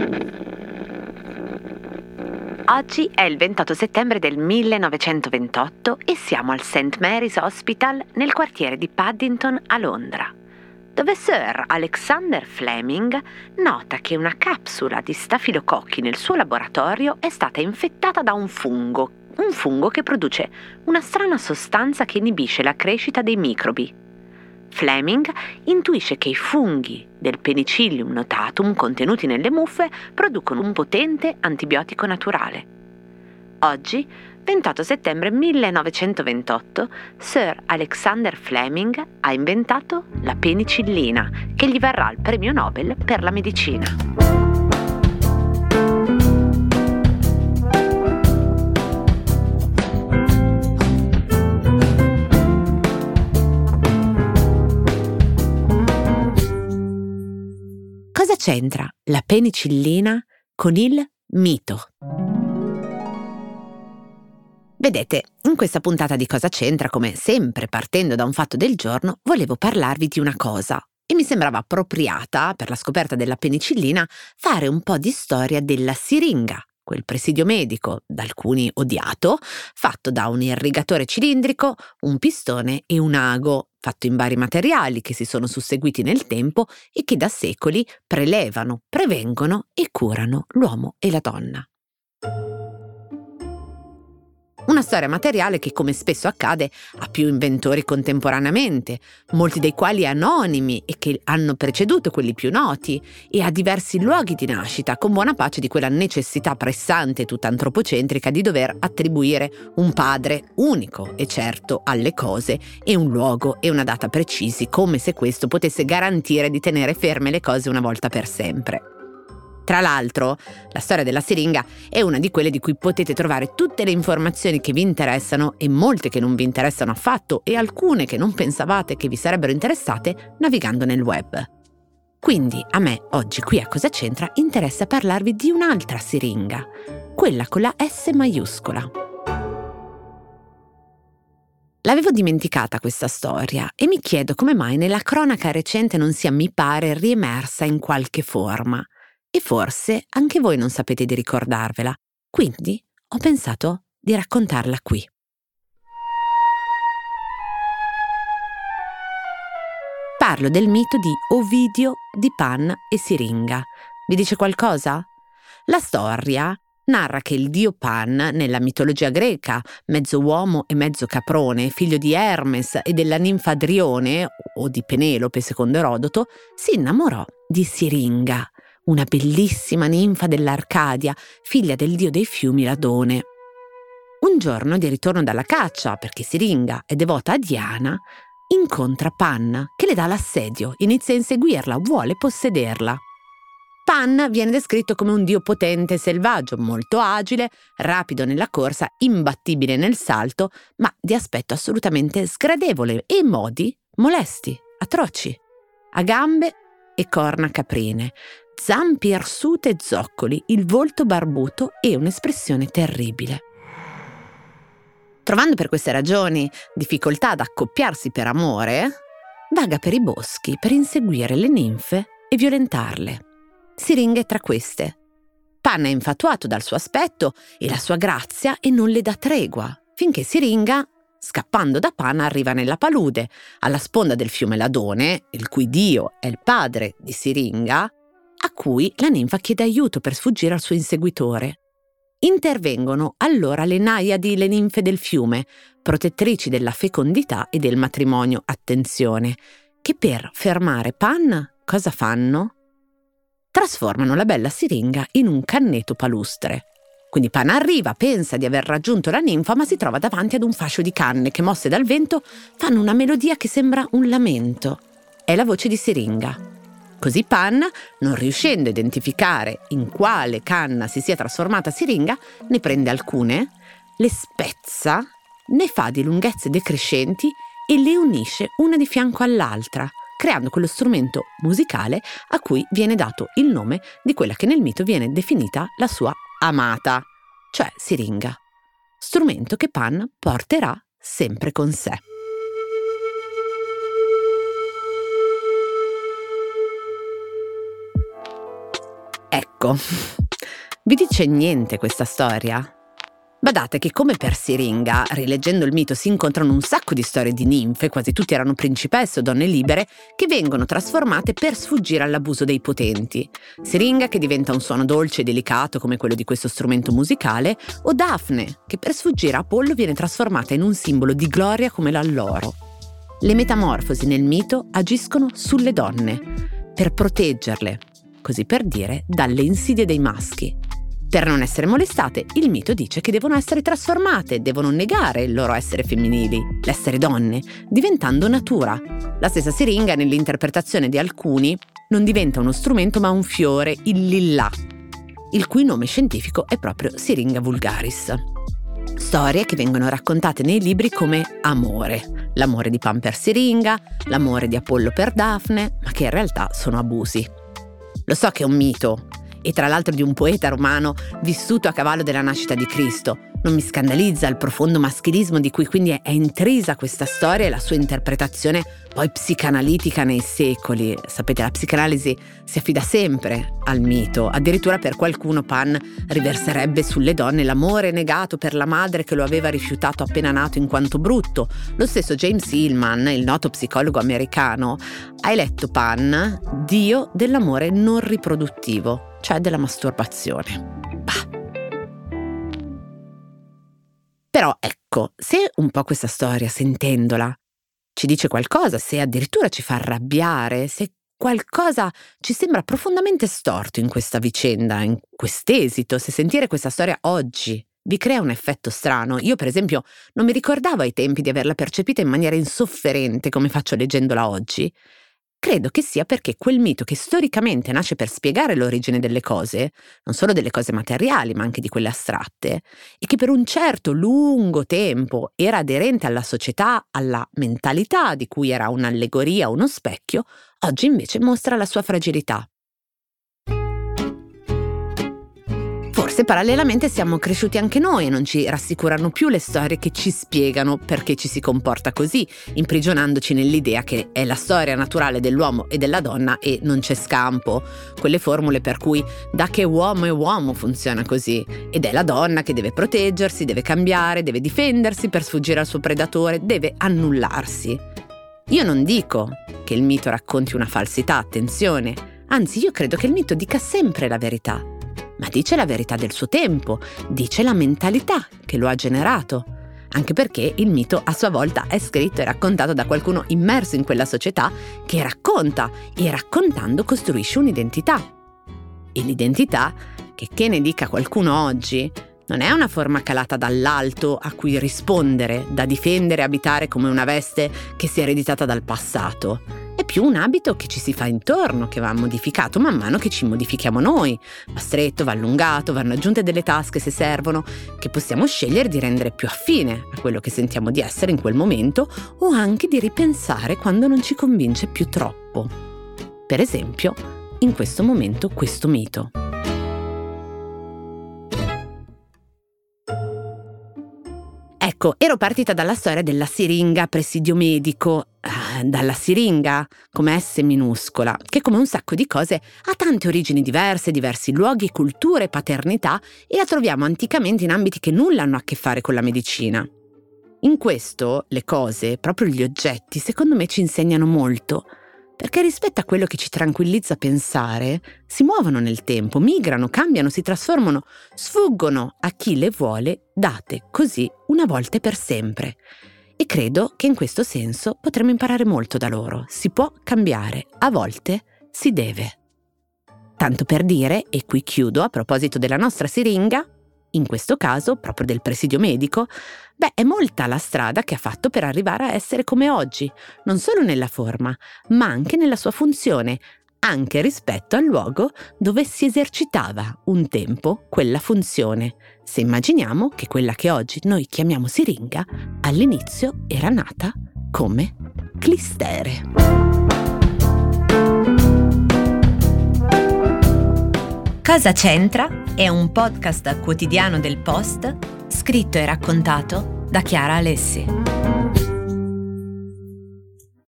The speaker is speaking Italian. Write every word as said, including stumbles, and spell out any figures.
Oggi è il ventotto settembre del millenovecentoventotto e siamo al Saint Mary's Hospital nel quartiere di Paddington a Londra, dove Sir Alexander Fleming nota che una capsula di stafilococchi nel suo laboratorio è stata infettata da un fungo, un fungo che produce una strana sostanza che inibisce la crescita dei microbi. Fleming intuisce che i funghi del Penicillium notatum contenuti nelle muffe producono un potente antibiotico naturale. Oggi, ventotto settembre millenovecentoventotto, Sir Alexander Fleming ha inventato la penicillina, che gli varrà il premio Nobel per la medicina. Cosa c'entra la penicillina con il mito? Vedete, in questa puntata di Cosa c'entra, come sempre partendo da un fatto del giorno, volevo parlarvi di una cosa e mi sembrava appropriata, per la scoperta della penicillina, fare un po' di storia della siringa, quel presidio medico, da alcuni odiato, fatto da un irrigatore cilindrico, un pistone e un ago, fatto in vari materiali che si sono susseguiti nel tempo e che da secoli prelevano, prevengono e curano l'uomo e la donna. Una storia materiale che, come spesso accade, ha più inventori contemporaneamente, molti dei quali anonimi e che hanno preceduto quelli più noti, e ha diversi luoghi di nascita, con buona pace di quella necessità pressante e tutta antropocentrica di dover attribuire un padre unico e certo alle cose e un luogo e una data precisi, come se questo potesse garantire di tenere ferme le cose una volta per sempre. Tra l'altro, la storia della siringa è una di quelle di cui potete trovare tutte le informazioni che vi interessano e molte che non vi interessano affatto e alcune che non pensavate che vi sarebbero interessate navigando nel web. Quindi a me oggi qui a Cosa c'entra interessa parlarvi di un'altra siringa, quella con la S maiuscola. L'avevo dimenticata questa storia e mi chiedo come mai nella cronaca recente non sia, mi pare, riemersa in qualche forma. E forse anche voi non sapete di ricordarvela, quindi ho pensato di raccontarla qui. Parlo del mito di Ovidio di Pan e Siringa. Vi dice qualcosa? La storia narra che il dio Pan, nella mitologia greca, mezzo uomo e mezzo caprone, figlio di Hermes e della ninfa Drione, o di Penelope secondo Erodoto, si innamorò di Siringa, una bellissima ninfa dell'Arcadia, figlia del dio dei fiumi Ladone. Un giorno, di ritorno dalla caccia, perché Siringa è devota a Diana, incontra Pan, che le dà l'assedio, inizia a inseguirla, vuole possederla. Pan viene descritto come un dio potente e selvaggio, molto agile, rapido nella corsa, imbattibile nel salto, ma di aspetto assolutamente sgradevole e modi molesti, atroci. Ha gambe e corna caprine, zampe irsute e zoccoli, il volto barbuto e un'espressione terribile. Trovando per queste ragioni difficoltà ad accoppiarsi per amore, vaga per i boschi per inseguire le ninfe e violentarle. Siringa è tra queste. Pan è infatuato dal suo aspetto e la sua grazia e non le dà tregua, finché Siringa, scappando da Pan, arriva nella palude, alla sponda del fiume Ladone, il cui dio è il padre di Siringa, a cui la ninfa chiede aiuto per sfuggire al suo inseguitore. Intervengono allora le naiadi, le ninfe del fiume, protettrici della fecondità e del matrimonio, attenzione, che per fermare Pan cosa fanno? Trasformano la bella Siringa in un canneto palustre. Quindi Pan arriva, pensa di aver raggiunto la ninfa, ma si trova davanti ad un fascio di canne che, mosse dal vento, fanno una melodia che sembra un lamento. È la voce di Siringa. Così Pan, non riuscendo a identificare in quale canna si sia trasformata Siringa, ne prende alcune, le spezza, ne fa di lunghezze decrescenti e le unisce una di fianco all'altra, creando quello strumento musicale a cui viene dato il nome di quella che nel mito viene definita la sua amata, cioè Siringa, strumento che Pan porterà sempre con sé. Ecco, vi dice niente questa storia? Badate che come per Siringa, rileggendo il mito si incontrano un sacco di storie di ninfe, quasi tutte erano principesse o donne libere, che vengono trasformate per sfuggire all'abuso dei potenti. Siringa che diventa un suono dolce e delicato come quello di questo strumento musicale, o Dafne che per sfuggire a Apollo viene trasformata in un simbolo di gloria come l'alloro. Le metamorfosi nel mito agiscono sulle donne, per proteggerle, così per dire, dalle insidie dei maschi. Per non essere molestate, il mito dice che devono essere trasformate, devono negare il loro essere femminili, l'essere donne, diventando natura. La stessa Siringa, nell'interpretazione di alcuni, non diventa uno strumento ma un fiore, il lillà, il cui nome scientifico è proprio Syringa vulgaris. Storie che vengono raccontate nei libri come amore, l'amore di Pan per Siringa, l'amore di Apollo per Dafne, ma che in realtà sono abusi. Lo so che è un mito, e tra l'altro di un poeta romano vissuto a cavallo della nascita di Cristo. Non mi scandalizza il profondo maschilismo di cui quindi è intrisa questa storia e la sua interpretazione poi psicanalitica nei secoli. Sapete, la psicanalisi si affida sempre al mito, addirittura per qualcuno Pan riverserebbe sulle donne l'amore negato per la madre che lo aveva rifiutato appena nato in quanto brutto. Lo stesso James Hillman, il noto psicologo americano, ha eletto Pan dio dell'amore non riproduttivo, cioè della masturbazione. Bah. Però ecco, se un po' questa storia, sentendola, ci dice qualcosa, se addirittura ci fa arrabbiare, se qualcosa ci sembra profondamente storto in questa vicenda, in quest'esito, se sentire questa storia oggi vi crea un effetto strano. Io per esempio non mi ricordavo ai tempi di averla percepita in maniera insofferente come faccio leggendola oggi. Credo che sia perché quel mito che storicamente nasce per spiegare l'origine delle cose, non solo delle cose materiali ma anche di quelle astratte, e che per un certo lungo tempo era aderente alla società, alla mentalità di cui era un'allegoria, uno specchio, oggi invece mostra la sua fragilità. Forse parallelamente siamo cresciuti anche noi e non ci rassicurano più le storie che ci spiegano perché ci si comporta così, imprigionandoci nell'idea che è la storia naturale dell'uomo e della donna e non c'è scampo. Quelle formule per cui da che uomo è uomo funziona così, ed è la donna che deve proteggersi, deve cambiare, deve difendersi per sfuggire al suo predatore, deve annullarsi. Io non dico che il mito racconti una falsità, attenzione, anzi io credo che il mito dica sempre la verità. Ma dice la verità del suo tempo, dice la mentalità che lo ha generato, anche perché il mito a sua volta è scritto e raccontato da qualcuno immerso in quella società che racconta e raccontando costruisce un'identità. E l'identità, che che ne dica qualcuno oggi, non è una forma calata dall'alto a cui rispondere, da difendere e abitare come una veste che si è ereditata dal passato. È più un abito che ci si fa intorno, che va modificato man mano che ci modifichiamo noi. Va stretto, va allungato, vanno aggiunte delle tasche se servono, che possiamo scegliere di rendere più affine a quello che sentiamo di essere in quel momento o anche di ripensare quando non ci convince più troppo. Per esempio, in questo momento questo mito. Ecco, ero partita dalla storia della siringa presidio medico, eh, dalla siringa come S minuscola, che come un sacco di cose ha tante origini diverse, diversi luoghi, culture, paternità e la troviamo anticamente in ambiti che nulla hanno a che fare con la medicina. In questo, le cose, proprio gli oggetti, secondo me ci insegnano molto, perché rispetto a quello che ci tranquillizza pensare, si muovono nel tempo, migrano, cambiano, si trasformano, sfuggono a chi le vuole date così una volta e per sempre. E credo che in questo senso potremmo imparare molto da loro. Si può cambiare, a volte si deve. Tanto per dire, e qui chiudo a proposito della nostra siringa, in questo caso proprio del presidio medico, beh, è molta la strada che ha fatto per arrivare a essere come oggi, non solo nella forma, ma anche nella sua funzione, anche rispetto al luogo dove si esercitava un tempo quella funzione, se immaginiamo che quella che oggi noi chiamiamo siringa all'inizio era nata come clistere. Cosa c'entra? È un podcast quotidiano del Post, scritto e raccontato da Chiara Alessi.